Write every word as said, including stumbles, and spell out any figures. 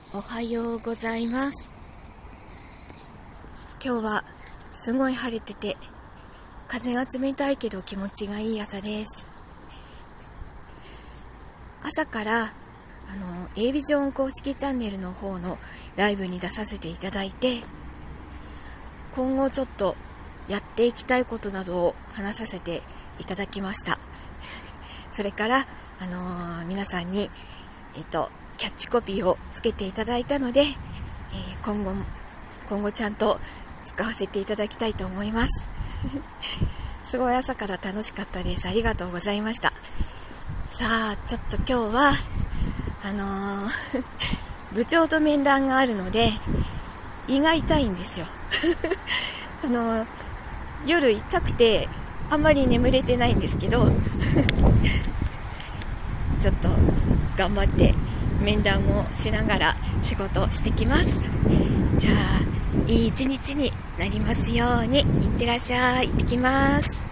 おはようございます。今日はすごい晴れてて、風が冷たいけど気持ちがいい朝です。朝からあの A ビジョン公式チャンネルの方のライブに出させていただいて、今後ちょっとやっていきたいことなどを話させていただきました。それから、あのー、皆さんに、えっと、キャッチコピーをつけていただいたので、えー、今後今後ちゃんと使わせていただきたいと思います。すごい朝から楽しかったです。ありがとうございました。さあ、ちょっと今日はあのー、部長と面談があるので胃が痛いんですよ。あのー、夜痛くてあんまり眠れてないんですけどちょっと頑張って面談をしながら仕事をしてきます。じゃあいい一日になりますように。いってらっしゃい。行ってきます。